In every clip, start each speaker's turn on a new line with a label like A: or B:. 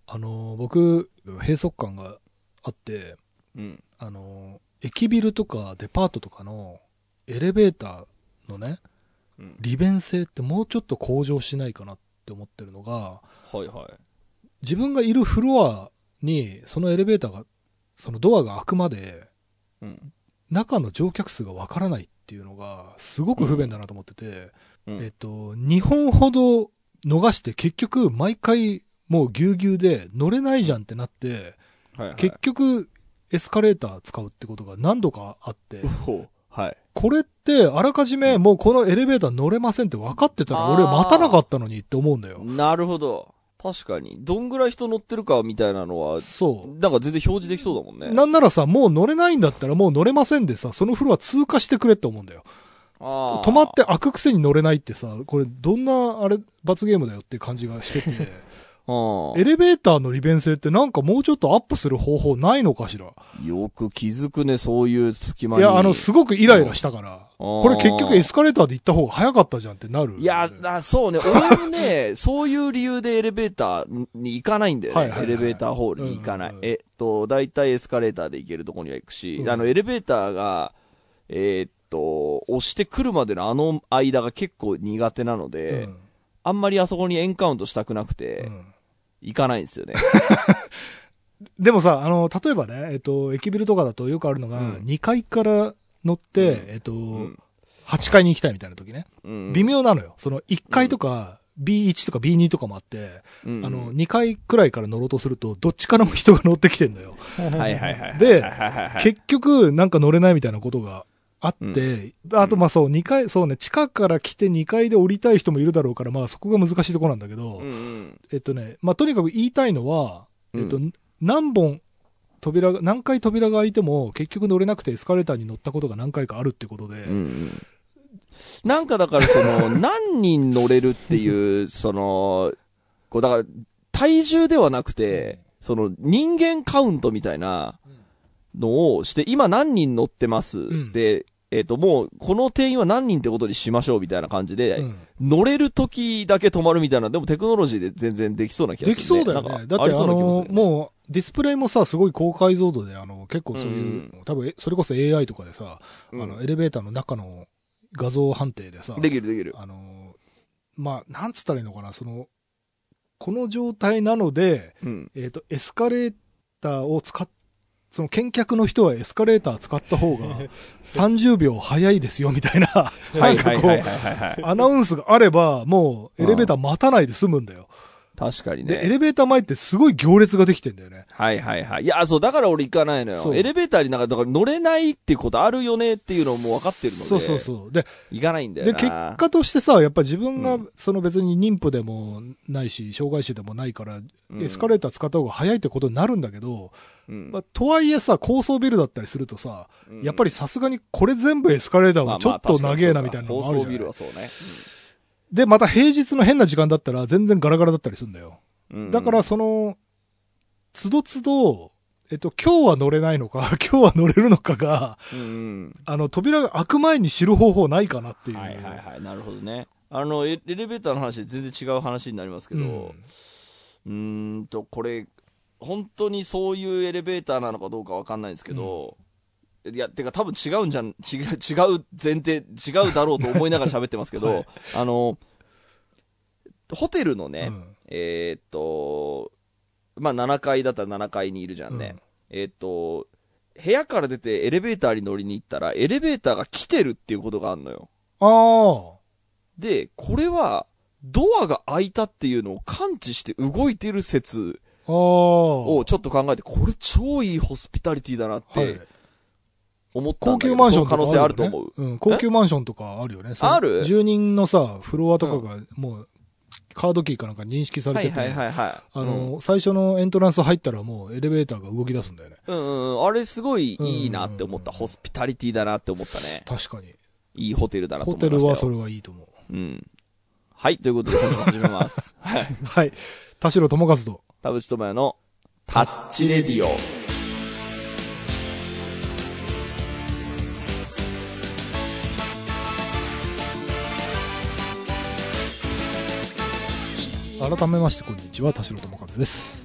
A: 僕、閉塞感があって、
B: うん。
A: 駅ビルとかデパートとかのエレベーターのね、
B: うん。
A: 利便性ってもうちょっと向上しないかなって思ってるのが、
B: はいはい。
A: 自分がいるフロアにそのエレベーターが、そのドアが開くまで、
B: うん。
A: 中の乗客数がわからないっていうのが、すごく不便だなと思ってて、
B: うん。
A: 2本ほど逃して結局毎回もうぎゅうぎゅうで乗れないじゃんってなって、
B: はいはい。
A: 結局エスカレーター使うってことが何度かあって、
B: ほう。はい。
A: これってあらかじめもうこのエレベーター乗れませんって分かってたら俺待たなかったのにって思うんだよ。
B: なるほど。確かに。どんぐらい人乗ってるかみたいなのは、
A: そ
B: なんか全然表示できそうだもんね。
A: う。なんならさ、もう乗れないんだったらもう乗れませんでさ、そのフロア通過してくれって思うんだよ。
B: ああ。
A: 止まって開くくせに乗れないってさ、これどんなあれ罰ゲームだよっていう感じがしてて、エレベーターの利便性ってなんかもうちょっとアップする方法ないのかしら。
B: よく気づくね、そういう隙間に。
A: いや、すごくイライラしたから、これ結局エスカレーターで行った方が早かったじゃんってなる。
B: いや、そうね。俺もね、そういう理由でエレベーターに行かないんだよね。
A: はいはいはい
B: エレベーターホールに行かない。
A: うんうん
B: だいたいエスカレーターで行けるところには行くし、
A: うん
B: エレベーターが、押してくるまでのあの間が結構苦手なので、あんまりあそこにエンカウントしたくなくて、行かないんですよね。
A: でもさ、例えばね、駅ビルとかだとよくあるのが、2階から乗って、8階に行きたいみたいな時ね。微妙なのよ。その1階とか、B1 とか B2 とかもあって、2階くらいから乗ろうとすると、どっちからも人が乗ってきてんのよ。
B: はいはいはい。
A: で、結局、なんか乗れないみたいなことがあって、あとそう、2階、そうね、地下から来て2階で降りたい人もいるだろうから、そこが難しいところなんだけど、とにかく言いたいのは、何回扉が開いても、結局乗れなくてエスカレーターに乗ったことが何回かあるってことで、
B: なんかだから何人乗れるっていう、だから、体重ではなくて、人間カウントみたいなのをして、今何人乗ってます。で、もう、この定員は何人ってことにしましょうみたいな感じで、乗れる時だけ止まるみたいな、でもテクノロジーで全然できそうな気がする、ね。
A: できそうだよね。だってもう、ディスプレイもさ、すごい高解像度で、結構そういう、多分、それこそ AI とかでさ、エレベーターの中の画像判定でさ、
B: できる。
A: なんつったらいいのかな、この状態なので、エスカレーターをその見客の人はエスカレーター使った方が30秒早いですよみたいな、なんかこう、アナウンスがあれば、もうエレベーター待たないで済むんだよ。
B: 確かにね。
A: で、エレベーター前ってすごい行列ができてんだよね。
B: はいはいはい。いや、そう、だから俺行かないのよ。エレベーターにだから乗れないっていうことあるよねっていうのも分かってるので。
A: そう。で、
B: 行かないんだよな。
A: で、結果としてさ、やっぱ自分が、別に妊婦でもないし、障害者でもないから、エスカレーター使った方が早いってことになるんだけど、とはいえさ、高層ビルだったりするとさ、やっぱりさすがにこれ全部エスカレーターはちょっと長えなみたいなのもあるじゃない。
B: 高層ビルはそうね。
A: で、また平日の変な時間だったら全然ガラガラだったりするんだよ。だからつどつど、今日は乗れないのか、今日は乗れるのかが、扉が開く前に知る方法ないかなっていう。
B: はいはいはい、なるほどね。エレベーターの話で全然違う話になりますけど、これ、本当にそういうエレベーターなのかどうかわかんないんですけど、いや、てか多分違う前提、違うだろうと思いながら喋ってますけど、はい、ホテルのね、7階だったら7階にいるじゃんね。部屋から出てエレベーターに乗りに行ったら、エレベーターが来てるっていうことがあるのよ。で、これは、ドアが開いたっていうのを感知して動いてる説をちょっと考えて、これ超いいホスピタリティだなって、思ったんだけど、
A: 高級マンション
B: その可能性あると思
A: う。高級マンションとかあるよね。
B: ある？
A: 住人のさ、フロアとかがもう、カードキーかなんか認識されてて、最初のエントランス入ったらもうエレベーターが動き出すんだよね。
B: あれすごいいいなって思った。ホスピタリティだなって思ったね。
A: 確かに。
B: いいホテルだなと思いましたよ。
A: ホテルはそれはいいと思う。
B: はい、ということで本日も始めます。
A: はい。田代智和と
B: 田淵智也のタッチレディオ。
A: 改めましてこんにちは、田代智和です。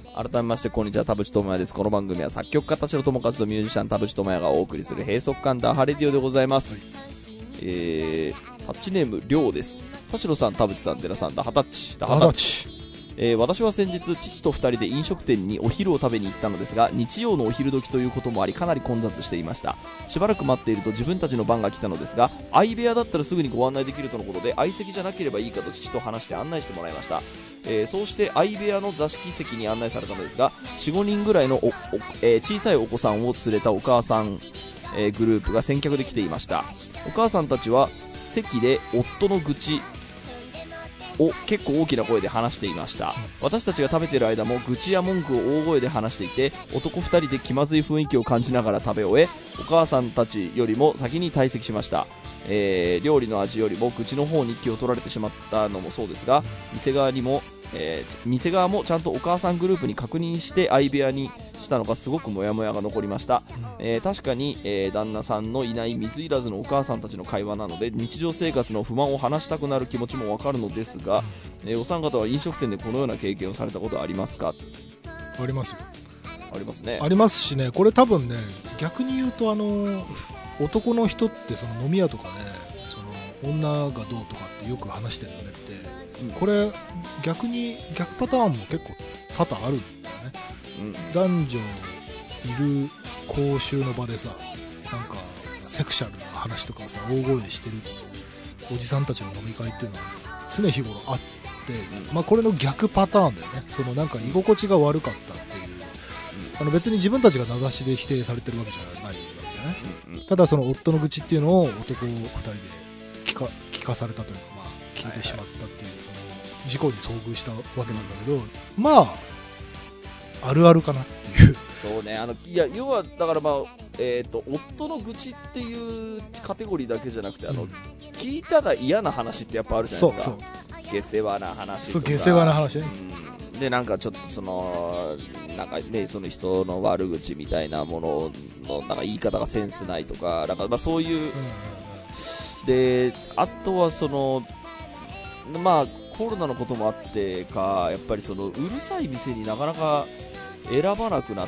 B: 改めましてこんにちは、田淵智也です。この番組は作曲家田代智和とミュージシャン田淵智也がお送りする閉塞感ダハレディオでございます、タッチネームりょうです。田代さん、田淵さん、寺さん、ダハタッチダハタッチ。私は先日父と2人で飲食店にお昼を食べに行ったのですが、日曜のお昼時ということもありかなり混雑していました。しばらく待っていると自分たちの番が来たのですが、相部屋だったらすぐにご案内できるとのことで、相席じゃなければいいかと父と話して案内してもらいました。そうして相部屋の座敷席に案内されたのですが、 4,5 人ぐらいの小さいお子さんを連れたお母さん、グループが先客で来ていました。お母さんたちは席で夫の愚痴を結構大きな声で話していました。私たちが食べている間も愚痴や文句を大声で話していて、男2人で気まずい雰囲気を感じながら食べ終え、お母さんたちよりも先に退席しました。料理の味よりも愚痴の方に気を取られてしまったのもそうですが、店側もちゃんとお母さんグループに確認して相部屋にしたのか、すごくモヤモヤが残りました。確かに、旦那さんのいない水入らずのお母さんたちの会話なので、日常生活の不満を話したくなる気持ちもわかるのですが、お三方は飲食店でこのような経験をされたことはありますか？
A: ありますよ。
B: ありますね。
A: ありますしね、これ多分ね、逆に言うと男の人ってその飲み屋とかね、その女がどうとかってよく話してるよねって、これ逆パターンも結構多々あるんだよね。男女いる公衆の場でさ、なんかセクシャルな話とかをさ大声でしてるおじさんたちの飲み会っていうのは常日頃あって、まあこれの逆パターンだよね。そのなんか居心地が悪かったっていう、別に自分たちが名指しで否定されてるわけじゃないわけだね。ただその夫の愚痴っていうのを男2人で聞かされたというか、まあ聞いてしまったっていう、その事故に遭遇したわけなんだけど、まああるあるかなっていう。
B: そうね、いや要はだからまあ、夫の愚痴っていうカテゴリーだけじゃなくて、聞いたら嫌な話ってやっぱあるじゃないですか。下世話な話とか。
A: そう、下世話な話ね。
B: でなんかちょっとそのなんかね、その人の悪口みたいなもののなんか言い方がセンスないとか、なんかまあそういう、であとはそのまあコロナのこともあってか、やっぱりそのうるさい店になかなか選ばなくなって、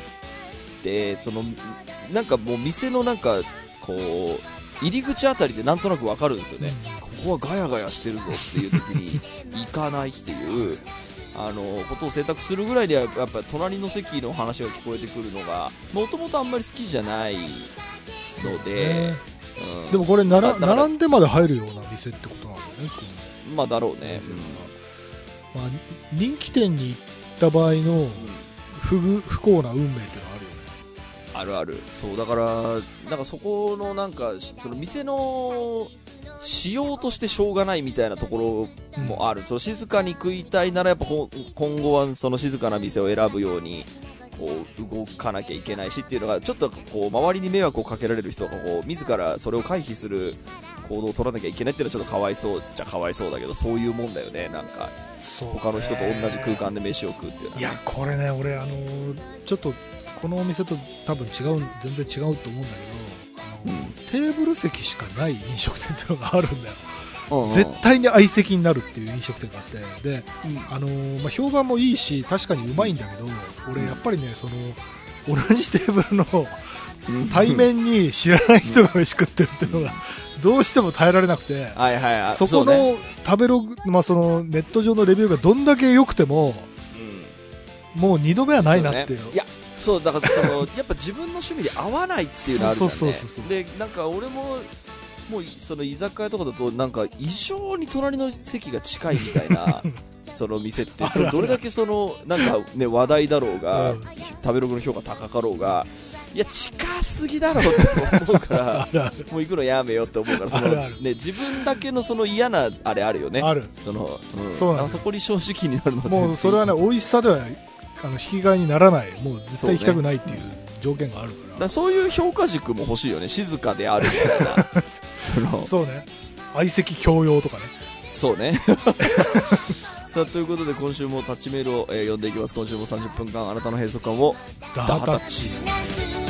B: そのなんかもう店のなんかこう入り口あたりでなんとなくわかるんですよね。ここはガヤガヤしてるぞっていう時に行かないっていうことを選択するぐらいでは、やっぱり隣の席の話が聞こえてくるのがもともとあんまり好きじゃないので、
A: でもこれ並んでまで入るような店ってことなんだよね。
B: まあだろうね。
A: まあ、人気店に行った場合の不幸な運命っていうのはあるよね。
B: あるある。そうだからなんかそこのなんかその店のしようとしてしょうがないみたいなところもある。その静かに食いたいならやっぱ今後はその静かな店を選ぶようにこう動かなきゃいけないしっていうのが、ちょっとこう周りに迷惑をかけられる人がこう自らそれを回避する行動を取らなきゃいけないっていうのはちょっとかわいそうじゃかわいそうだけど、そういうもんだよね。なんか他の人と同じ空間で飯を食うっていうのは、ね、
A: いやこれね、俺ちょっとこのお店と多分全然違うと思うんだけど、テーブル席しかない飲食店っていうのがあるんだよ。絶対に相席になるっていう飲食店があって、で、まあ、評判もいいし確かにうまいんだけど、俺やっぱりね、その同じテーブルの対面に知らない人が飯食ってるっていうのがどうしても耐えられなくて、そこの食べログ、まあ、そのネット上のレビューがどんだけ良くても、もう2度目はないなっていう。
B: いやそうだからそのやっぱ自分の趣味で合わないっていうのあるじゃんね。でなんか俺もその居酒屋とかだとなんか異常に隣の席が近いみたいなその店ってどれだけそのなんかね話題だろうが、食べログの評価高かろうが、いや近すぎだろうって思うからもう行くのやめようって思うから、そのね自分だけのその嫌なあれあるよね。ある。そこに正直になるの
A: もうそれはね、美味しさでは引き換えにならない、もう絶対行きたくないっていう条件があるから、
B: そういう評価軸も欲しいよね。静かであるみたいな
A: そうね、相席強要とかね。
B: そうねさあということで今週もタッチメールを、読んでいきます。今週も30分間あなたの閉塞感を
A: ダハタッチ。田代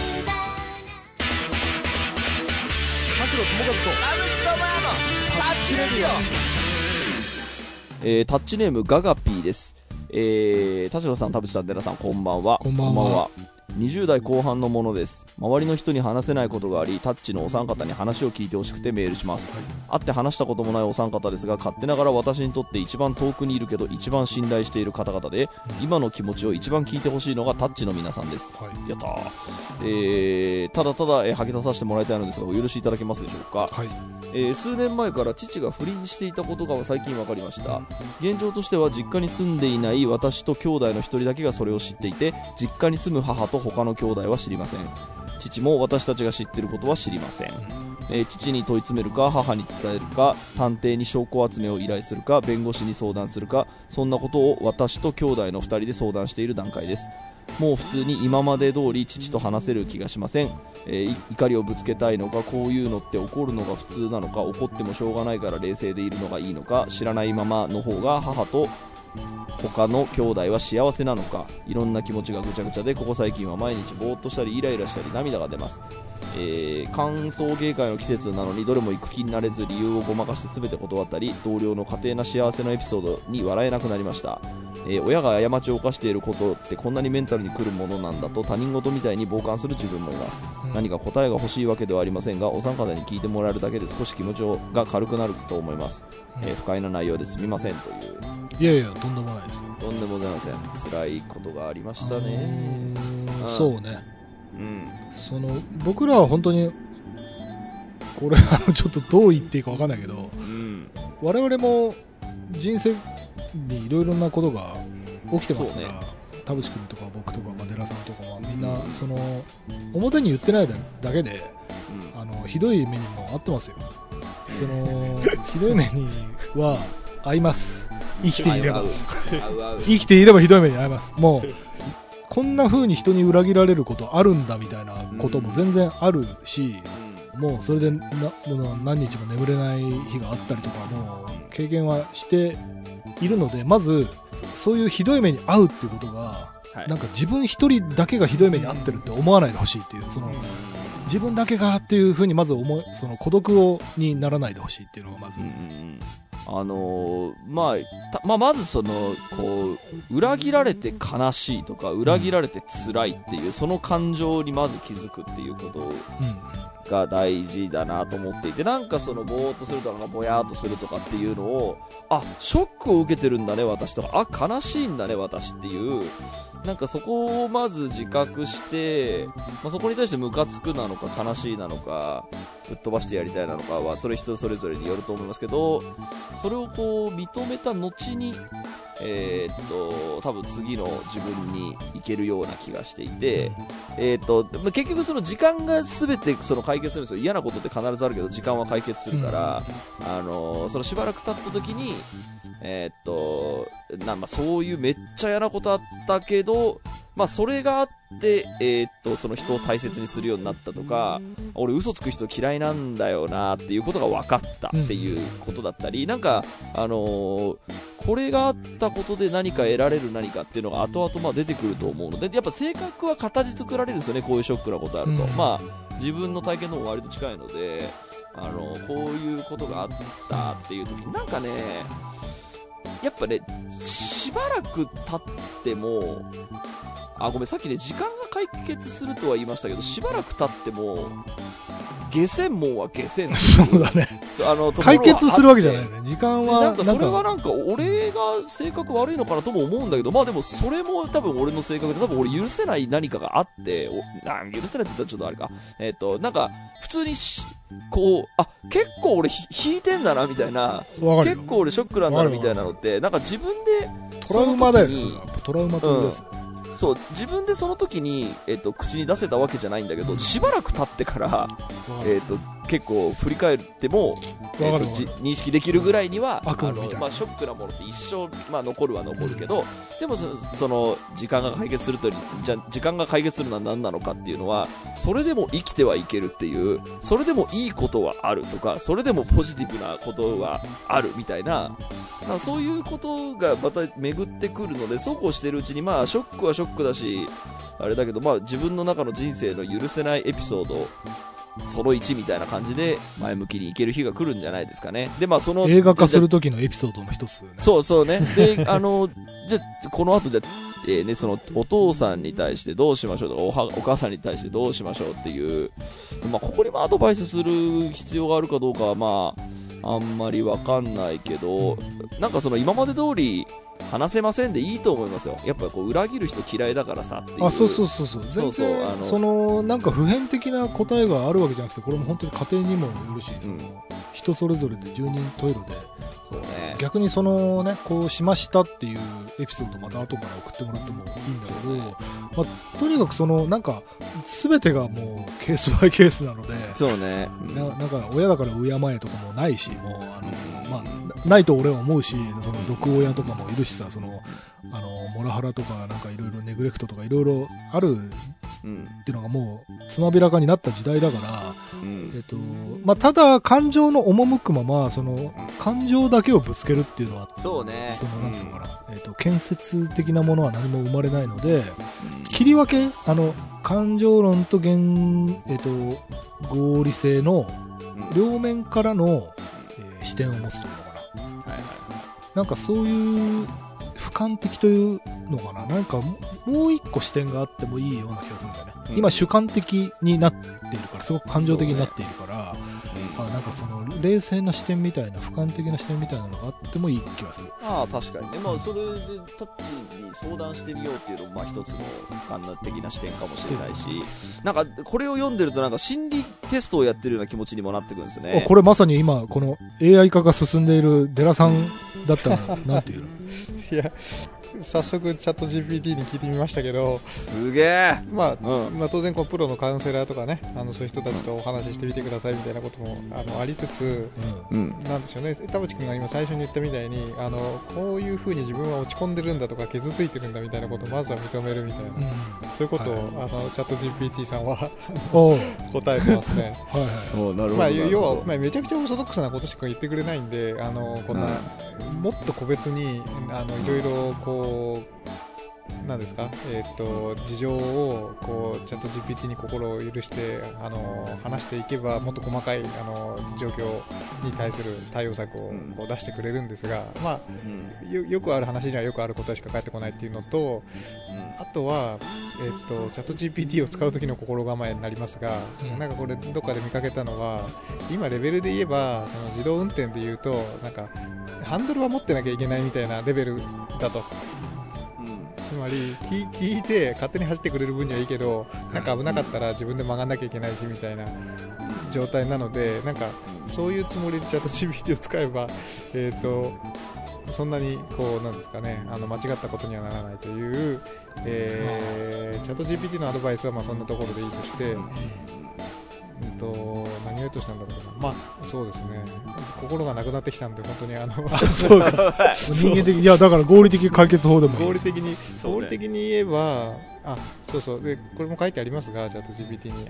A: 智和と
B: 田淵智也のタッチレディオ。タッチネームガガピーです。 田代さん、田淵さん、寺さん、こんばんは。
A: こんばんは。
B: 20代後半のものです。周りの人に話せないことがあり、タッチのお三方に話を聞いてほしくてメールします。会って話したこともないお三方ですが、勝手ながら私にとって一番遠くにいるけど一番信頼している方々で、今の気持ちを一番聞いてほしいのがタッチの皆さんです。やったー。ただただ、吐き出させてもらいたいのですが、お許しいただけますでしょうか。数年前から父が不倫していたことが最近分かりました。現状としては実家に住んでいない私と兄弟の一人だけがそれを知っていて、実家に住む母と他の兄弟は知りません。父も私たちが知っていることは知りません。父に問い詰めるか、母に伝えるか、探偵に証拠集めを依頼するか、弁護士に相談するか、そんなことを私と兄弟の2人で相談している段階です。もう普通に今まで通り父と話せる気がしません。怒りをぶつけたいのか、こういうのって怒るのが普通なのか、怒ってもしょうがないから冷静でいるのがいいのか、知らないままの方が母と他の兄弟は幸せなのか、いろんな気持ちがぐちゃぐちゃで、ここ最近は毎日ぼーっとしたりイライラしたり涙が出ます。歓送迎会の季節なのにどれも行く気になれず、理由をごまかして全て断ったり、同僚の家庭な幸せのエピソードに笑えなくなりました。親が過ちを犯していることってこんなにメンタルに来るものなんだと他人事みたいに傍観する自分もいます。何か答えが欲しいわけではありませんが、お三方に聞いてもらえるだけで少し気持ちが軽くなると思います。不快な内容ですみませんという。
A: いやいや、とんでもないですよ。
B: とんでもございません。辛いことがありましたね。
A: そうね。僕らは本当にこれちょっとどう言っていいか分かんないけど、我々も人生にいろいろなことが起きてますから、田淵君とか僕とか寺さんとかはみんな表に言ってないだけで、ひどい目にも遭ってますよ。ひどい目には遭います。生きていれば生きていればひどい目に遭います。もうこんな風に人に裏切られることあるんだみたいなことも全然あるし、もうそれで何日も眠れない日があったりとかも経験はしているので、まずそういうひどい目に遭うっていうことが、なんか自分一人だけがひどい目に遭ってるって思わないでほしいっていう、自分だけがっていう風にまず孤独にならないでほしいっていうのがまず、
B: まず裏切られて悲しいとか裏切られて辛いっていうその感情にまず気づくっていうことが大事だなと思っていて、なんかぼーっとするとかぼやーっとするとかっていうのを、ショックを受けてるんだね私とか、悲しいんだね私っていう、なんかそこをまず自覚して、そこに対してムカつくなのか悲しいなのかぶっ飛ばしてやりたいなのかはそれ人それぞれによると思いますけど、それを認めた後に多分次の自分に行けるような気がしていて、結局その時間が全て解決するんですよ。嫌なことって必ずあるけど時間は解決するから、しばらく経った時にそういうめっちゃ嫌なことあったけど、それがあって、その人を大切にするようになったとか、俺嘘つく人嫌いなんだよなっていうことが分かったっていうことだったり、なんかこれがあったことで何か得られる何かっていうのが後々出てくると思うので、やっぱ性格は形作られるんですよね。こういうショックなことあると、自分の体験の方が割と近いので、こういうことがあったっていう時になんかね、やっぱね、しばらく経っても、ごめん、さっきね、時間が解決するとは言いましたけど、しばらく経っても、下船門は下船。
A: そうだね。解決するわけじゃないね。時間は。
B: なんかそれはなんか、俺が性格悪いのかなとも思うんだけど、でもそれも多分俺の性格で、多分俺許せない何かがあって、許せないって言ったらちょっとあれか。なんか、普通に結構俺引いてんだな、みたいな。結構俺ショックなんだな、みたいなのって、なんか自分で、
A: トラウマだよね。トラウマってやつ。
B: そう、自分でその時に、口に出せたわけじゃないんだけど、しばらく経ってから、結構振り返っても、認識できるぐらいには、ショックなものって一生、残るは残るけど、でも時間が解決する時間が解決するのは何なのかっていうのは、それでも生きてはいけるっていう、それでもいいことはあるとか、それでもポジティブなことはあるみたいな、そういうことがまた巡ってくるので、そうこうしてるうちに、ショックはショックだし、あれだけど、自分の中の人生の許せないエピソード、その1みたいな感じで前向きにいける日が来るんじゃないですかね。で、
A: 映画化する時のエピソードの一つ、ね。
B: そうね。で、 じゃあ、この後じゃあ、ね、その、お父さんに対してどうしましょうとか、お母さんに対してどうしましょうっていう、まあ、ここにアドバイスする必要があるかどうかは、まあ、あんまりわかんないけど、なんかその、今まで通り、話せませんでいいと思いますよ。やっぱこう裏切る人嫌いだからさっていう。
A: あ、そう全然そのなんか普遍的な答えがあるわけじゃなくて、これも本当に家庭にもよるし、その人それぞれで十人十色で、
B: そうね、
A: 逆にそのね、こうしましたっていうエピソードまた後から送ってもらってもいいんだけど、まあ、とにかくそのなんか全てがもうケースバイケースなので、
B: そうね、
A: なんか親だから敬えとかもないし、もうまあないと俺は思うし、その毒親とかもいるしさ、そのモラハラとかなんかいろいろネグレクトとかいろいろあるっていうのがもうつまびらかになった時代だから、まあただ感情の赴くままその感情だけをぶつけるっていうのは、
B: そうね、
A: そのなんていうのかな、建設的なものは何も生まれないので、切り分け感情論と合理性の両面からの、視点を持つというのかな、なんかそういう俯瞰的というのかな、なんかもう一個視点があってもいいような気がするんだよね。今主観的になっているから、すごく感情的になっているから、なんかその冷静な視点みたいな、俯瞰的な視点みたいなのがあってもいい気がする。
B: ああ、確かにね。まあそれでタッチに相談してみようっていうのも、まあ一つの俯瞰的な視点かもしれないし、なんかこれを読んでるとなんか心理テストをやってるような気持ちにもなってくるんですね。
A: これまさに今この AI 化が進んでいるデラさんだったらなんていうの
C: いや、早速チャット GPT に聞いてみましたけど、
B: すげえ、
C: まあ当然こうプロのカウンセラーとかね、そういう人たちとお話ししてみてくださいみたいなこともありつつ、なんでしょうね、田淵君が今最初に言ったみたいにこういう風に自分は落ち込んでるんだとか傷ついてるんだみたいなことをまずは認めるみたいな、そういうことを、チャット GPT さんは答えてますね。まあ要は、めちゃくちゃオーソドックスなことしか言ってくれないんで、こんな、もっと個別にいろいろこうなんですか、事情をこうチャット GPT に心を許して話していけばもっと細かい状況に対する対応策をこう出してくれるんですが、まあよくある話にはよくある答えしか返ってこないっていうのと、あとはチャット GPT を使う時の心構えになりますが、なんかこれどっかで見かけたのは、今レベルで言えばその自動運転で言うとなんかハンドルは持ってなきゃいけないみたいなレベルだと。つまり聞いて勝手に走ってくれる分にはいいけど、なんか危なかったら自分で曲がんなきゃいけないしみたいな状態なので、なんかそういうつもりでチャット GPT を使えばそんなにこうなんですかね、間違ったことにはならないという、チャット GPT のアドバイスはまあそんなところでいいとして、何を言うとしたんだろうな、まあそうですね、心がなくなってきたんで本当に
A: そうか人間的、いやだから合理的解決法でもいい
C: 合理的に言えば、そうでこれも書いてありますが、チャット GPT に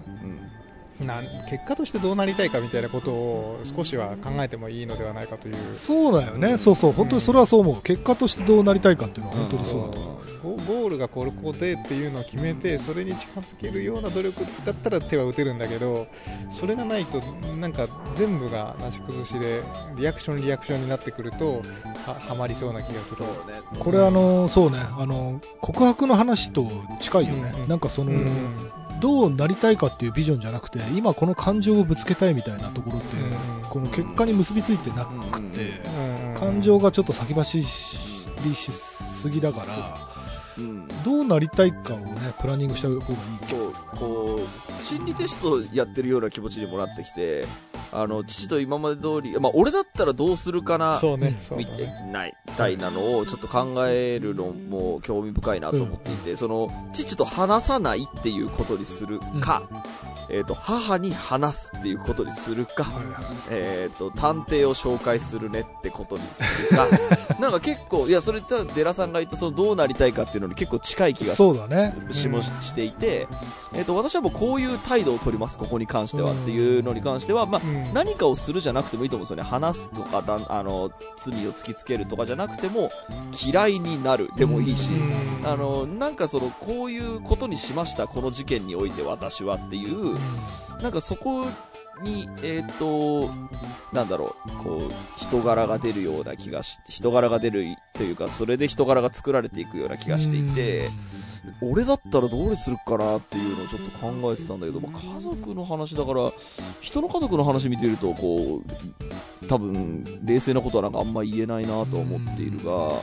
C: 結果としてどうなりたいかみたいなことを少しは考えてもいいのではないかという。
A: そうだよね、そう本当にそれはそう思う。結果としてどうなりたいかっていうのは本当にそうだと思う。
C: ゴールがここでっていうのを決めて、それに近づけるような努力だったら手は打てるんだけど、それがないとなんか全部がなし崩しでリアクションになってくるとはまりそうな気がする。
A: これそうね、告白の話と近いよね。なんかその、どうなりたいかっていうビジョンじゃなくて、今この感情をぶつけたいみたいなところって、この結果に結びついてなくて、感情がちょっと先走りしすぎだから、どうなりたいかをねプランニングした方がいい気がする。
B: こう心理テストやってるような気持ちにもなってきて、父と今まで通り、俺だったらどうするかなみたいなのをちょっと考えるのも興味深いなと思っていて、その父と話さないっていうことにするか、母に話すっていうことにするか、探偵を紹介するねってことにするかなんか結構、いやそれってデラさんが言ったそのどうなりたいかっていうのに結構近い気がしていて、私はもうこういう態度を取ります、ここに関してはっていうのに関しては、何かをするじゃなくてもいいと思うんですよね。話すとか罪を突きつけるとかじゃなくても、嫌いになるでもいいし、なんかそのこういうことにしました、この事件において私はっていう、なんかそこに、なんだろう、こう、人柄が出るような気が人柄が出るというか、それで人柄が作られていくような気がしていて、俺だったらどうするかなっていうのをちょっと考えてたんだけど、まあ、家族の話だから、人の家族の話見てると、こう、多分、冷静なことはなんかあんま言えないなと思っているが、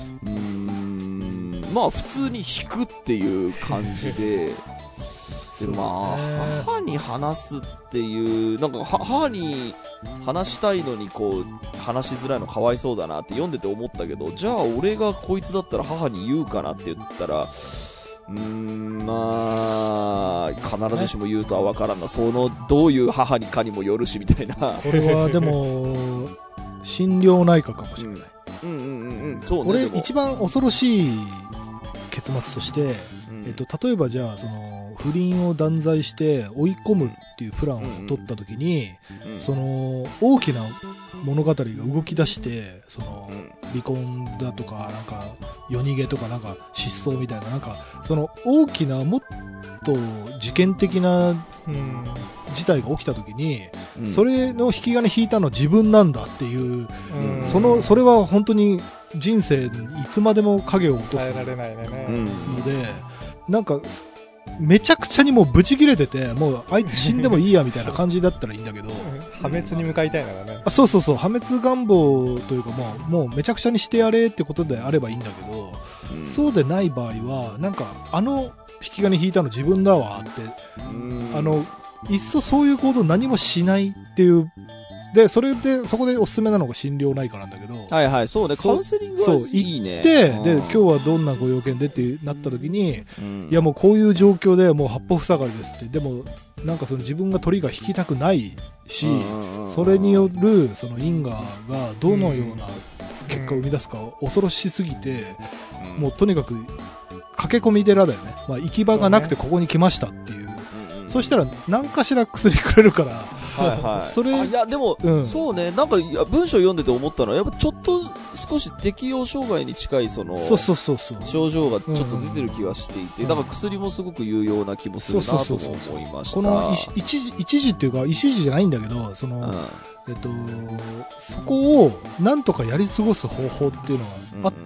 B: まあ普通に引くっていう感じで、でまあ、母に話すっていう、なんか母に話したいのにこう、話しづらいのかわいそうだなって読んでて思ったけど、じゃあ俺がこいつだったら母に言うかなって言ったら、まあ、必ずしも言うとは分からんな。どういう母にかにもよるしみたいな。こ
A: れはでも、心療内科かもしれない。
B: そうね。
A: 俺一番恐ろしい結末として、例えばじゃあその不倫を断罪して追い込むっていうプランを取った時に、その大きな物語が動き出して、その離婚だとかなんか夜逃げとかなんか失踪みたいな、なんかその大きなもっと事件的な事態が起きた時に、それの引き金引いたのは自分なんだっていう、それは本当に人生にいつまでも影を落とすので、なんかめちゃくちゃにもうブチ切れてて、もうあいつ死んでもいいやみたいな感じだったらいいんだけど
C: 破滅に向かいたいならね、
A: そうそうそう、破滅願望というか、もうめちゃくちゃにしてやれってことであればいいんだけど、そうでない場合はなんか引き金引いたの自分だわって、いっそそういう行動何もしないっていう。で、そこでおすすめなのが心療内科なんだけど。
B: はいはい、そうね、カウンセリングはいいね。
A: で、今日はどんなご用件でってなった時に、いやもうこういう状況でもう八方塞がりですって、でも、なんかその自分がトリガー引きたくないし、それによるその因果がどのような結果を生み出すか恐ろしすぎて、もうとにかく駆け込み寺だよね。まあ行き場がなくてここに来ましたっていう。そしたら何かしら薬くれるから、
B: はいはい、それいやでも、そうね、なんか文章読んでて思ったのはやっぱちょっと少し適応障害に近いその症状がちょっと出てる気がしていて、だから薬もすごく有用な気もするなと思いました。
A: この一時っていうか一時じゃないんだけど、その、そこをなんとかやり過ごす方法っていうのがあって、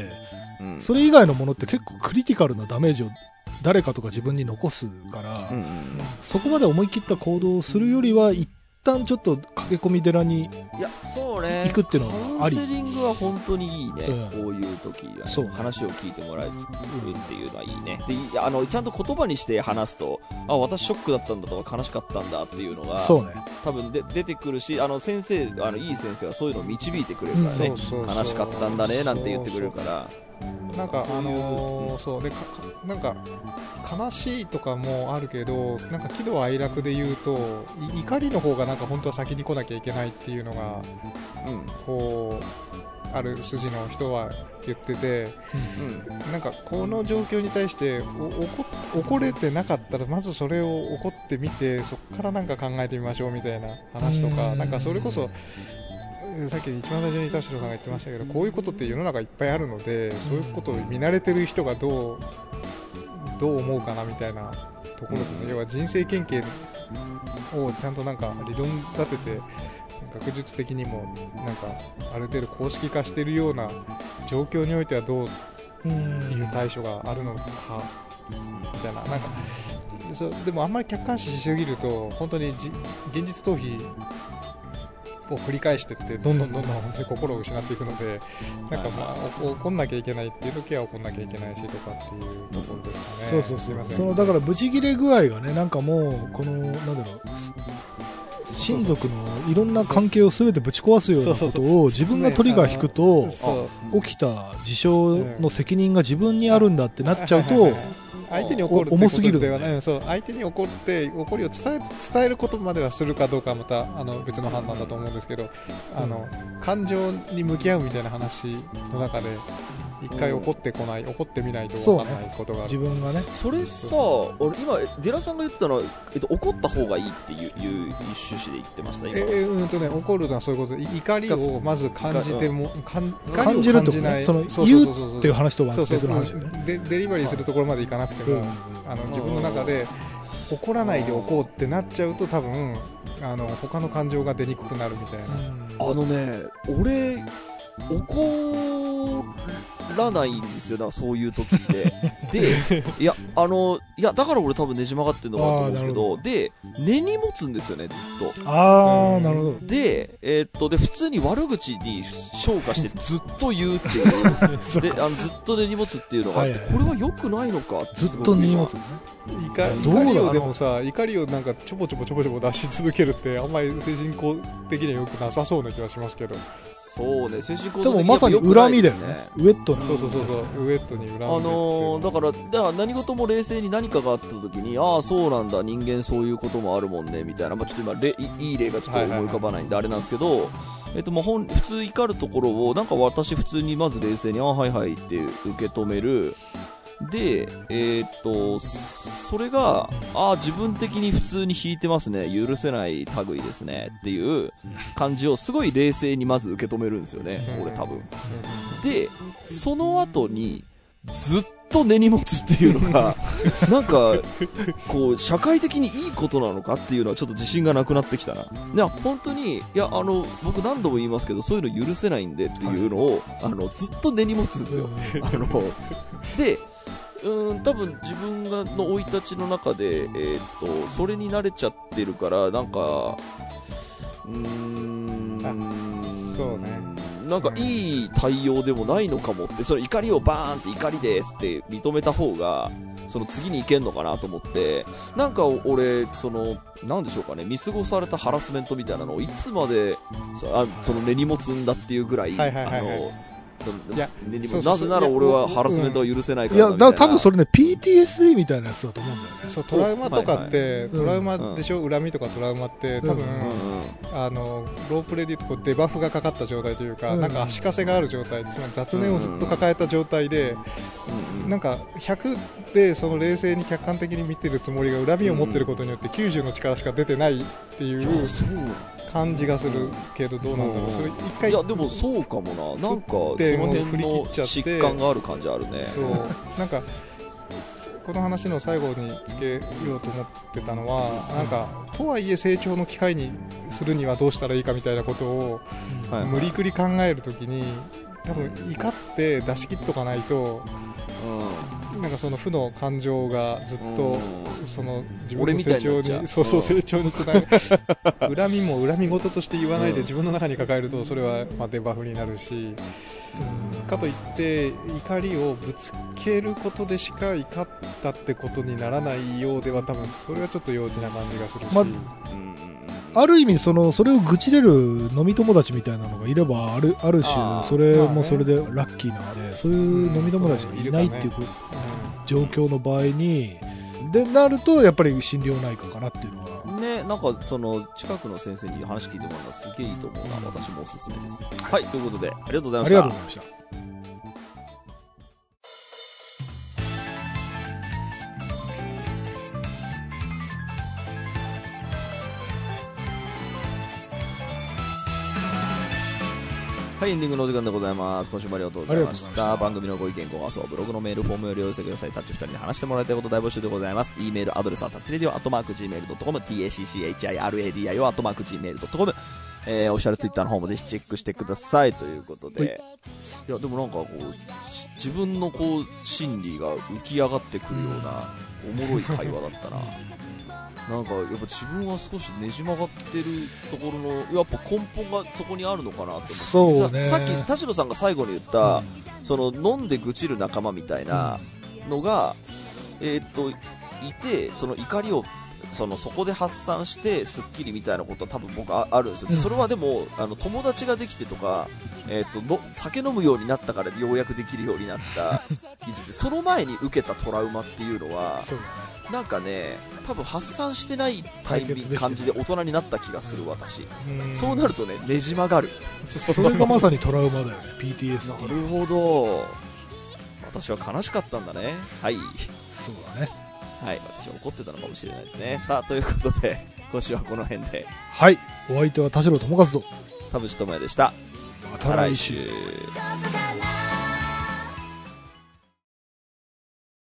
A: それ以外のものって結構クリティカルなダメージを誰かとか自分に残すから、そこまで思い切った行動をするよりは一旦ちょっと駆け込み寺に行くっていうのはあり。
B: カウンセリングは本当にいいね、こういう時は、話を聞いてもらえるっていうのはいいね。でちゃんと言葉にして話すと、私ショックだったんだとか悲しかったんだっていうのが多分出てくるし、先生いい先生はそういうのを導いてくれるからね、悲しかったんだねなんて言ってくれるから。
C: なんかそうでなんか悲しいとかもあるけど、なんか喜怒哀楽で言うと怒りの方がなんか本当は先に来なきゃいけないっていうのが、こうある筋の人は言ってて、なんかこの状況に対して怒れてなかったらまずそれを怒ってみて、そこからなんか考えてみましょうみたいな話とか、なんかそれこそさっき一番最初に田代さんが言ってましたけど、こういうことって世の中いっぱいあるので、そういうことを見慣れてる人がどう思うかなみたいなところですね。要は人生経験をちゃんとなんか理論立てて学術的にもなんかある程度公式化しているような状況においてはどういう対処があるのかみたいな、なんかでもあんまり客観視しすぎると本当に現実逃避を繰り返していってどんどん本当に心を失っていくので、なんか怒んなきゃいけないっていう時は怒んなきゃいけないしとかっていうところですかね。
A: そうすいません。だからブチギレ具合がね、なんかもうこのなんだろう、親族のいろんな関係を全てぶち壊すようなことを自分がトリガー引くと、起きた事象の責任が自分にあるんだってなっちゃうと、
C: 相手に怒るってことではない、相手に怒って怒りを伝えることまではするかどうかはまた別の判断だと思うんですけど、感情に向き合うみたいな話の中で一回怒ってみないと分かんないことがある、
A: 自分がね。
B: それさ、俺今デラさんが言ってたのは、怒った方がいいっていう趣旨で言ってました今。
C: 怒るのはそういうことで、怒りをまず感じても
A: 感じるとね、その言うっていう話とは別の話よね。
C: デリバリーするところまでいかなくても、自分の中で怒らないでおこうってなっちゃうと多分他の感情が出にくくなるみたいな。
B: 俺怒らないんですよ。だからそういう時ってで、いやだから俺多分ねじ曲がってんのかなと思うんですけど、で根に持つんですよね、ずっと。
A: なるほど。
B: でで普通に悪口に昇華してずっと言うっていうでずっと根に持つっていうのがあって、これは良くないのかって。
A: ずっと根に持つね。
C: 怒りをでもさ、怒りをなんかちょぼちょぼ出し続けるってあんまり精神向的には良くなさそうな気はしますけど。
B: そうね、精神構
A: 造的には良くないですね。まさに恨みだよね。ウエットに。
C: そうウエットに恨み
B: だから何事も冷静に何かがあった時に、ああそうなんだ、人間そういうこともあるもんねみたいな、ちょっと今いい例がちょっと思い浮かばないんであれなんですけど、普通怒るところをなんか私普通にまず冷静にはいはいって受け止める。で、それが、自分的に普通に引いてますね、許せない類ですねっていう感じをすごい冷静にまず受け止めるんですよね、俺多分。で、その後にずっと根に持つっていうのがなんかこう社会的にいいことなのかっていうのはちょっと自信がなくなってきたな。いや本当に、僕何度も言いますけど、そういうの許せないんでっていうのをずっと根に持つんですよ。で多分自分の生い立ちの中で、それに慣れちゃってるからなんか
C: そうね、
B: なんかいい対応でもないのかもって、その怒りをバーンって怒りですって認めた方がその次に行けんのかなと思って、なんか俺なんでしょうかね、見過ごされたハラスメントみたいなのをいつまでその根に持つんだっていうぐらい、なぜなら俺はハラスメントは許せないからみたいな。
A: 多分それね PTSD みたいなやつだと思うんだよね。
C: そう、トラウマとかって、トラウマでしょ、恨みとかトラウマって多分、ロープレで言うとデバフがかかった状態というか、なんか足かせがある状態、つまり雑念をずっと抱えた状態で、なんか100でその冷静に客観的に見てるつもりが恨みを持ってることによって90の力しか出てないっていう感じがするけど、どうなんだろう。それ一回、
B: いやでもそうかもな、なんかその辺の疾患がある感じあるね。
C: そう、なんかこの話の最後につけようと思ってたのは、なんかとはいえ成長の機会にするにはどうしたらいいかみたいなことを無理くり考えるときに、多分怒って出し切っとかないと、なんかその負の感情がずっとその自分の成長に成長につながる恨みも恨み事として言わないで自分の中に抱えると、それはデバフになるし、かといって怒りをぶつけることでしか怒ったってことにならないようでは、多分それはちょっと幼稚な感じがするし、
A: ある意味それを愚痴れる飲み友達みたいなのがいればある種それもそれでラッキーなので、そういう飲み友達がいないっていう状況の場合にでなると、やっぱり心療内科かなっていうのは
B: ね。なんかその近くの先生に話聞いてもらうのはすげえいいと思うな。私もおすすめです。はい、ということでありがとうございました。
A: ありがとうございました。
B: はい、エンディングのお時間でございます。今週もありがとうございました。番組のご意見ご感想、ブログのメールフォームよりお寄せください。タッチ2人に話してもらいたいこと大募集でございます。E メールアドレスはタッチレディオ@gmail.com、tacchiradio@gmail.com、オフィシャルツイッターの方もぜひチェックしてくださいということで、いやでもなんかこう自分のこう心理が浮き上がってくるようなおもろい会話だったな。なんかやっぱ自分は少しねじ曲がってるところのやっぱ根本がそこにあるのかなと思って。
A: そうね、
B: さっき田代さんが最後に言った、その飲んで愚痴る仲間みたいなのが、いて、その怒りをそこで発散してスッキリみたいなことは多分僕あるんですよ。それはでも友達ができてとか、酒飲むようになったからようやくできるようになった技術で、その前に受けたトラウマっていうのはなんかね、多分発散してないタイミング感じで大人になった気がする私。そうなるとね、ねじ曲がる。
A: それがまさにトラウマだよね。PTSD。
B: なるほど。私は悲しかったんだね。はい。
A: そうだね。
B: はい、私は怒ってたのかもしれないですね。さあ、ということで今週はこの辺で。
A: はい、お相手は田代智和と
B: 田淵智也でした。
A: また来週。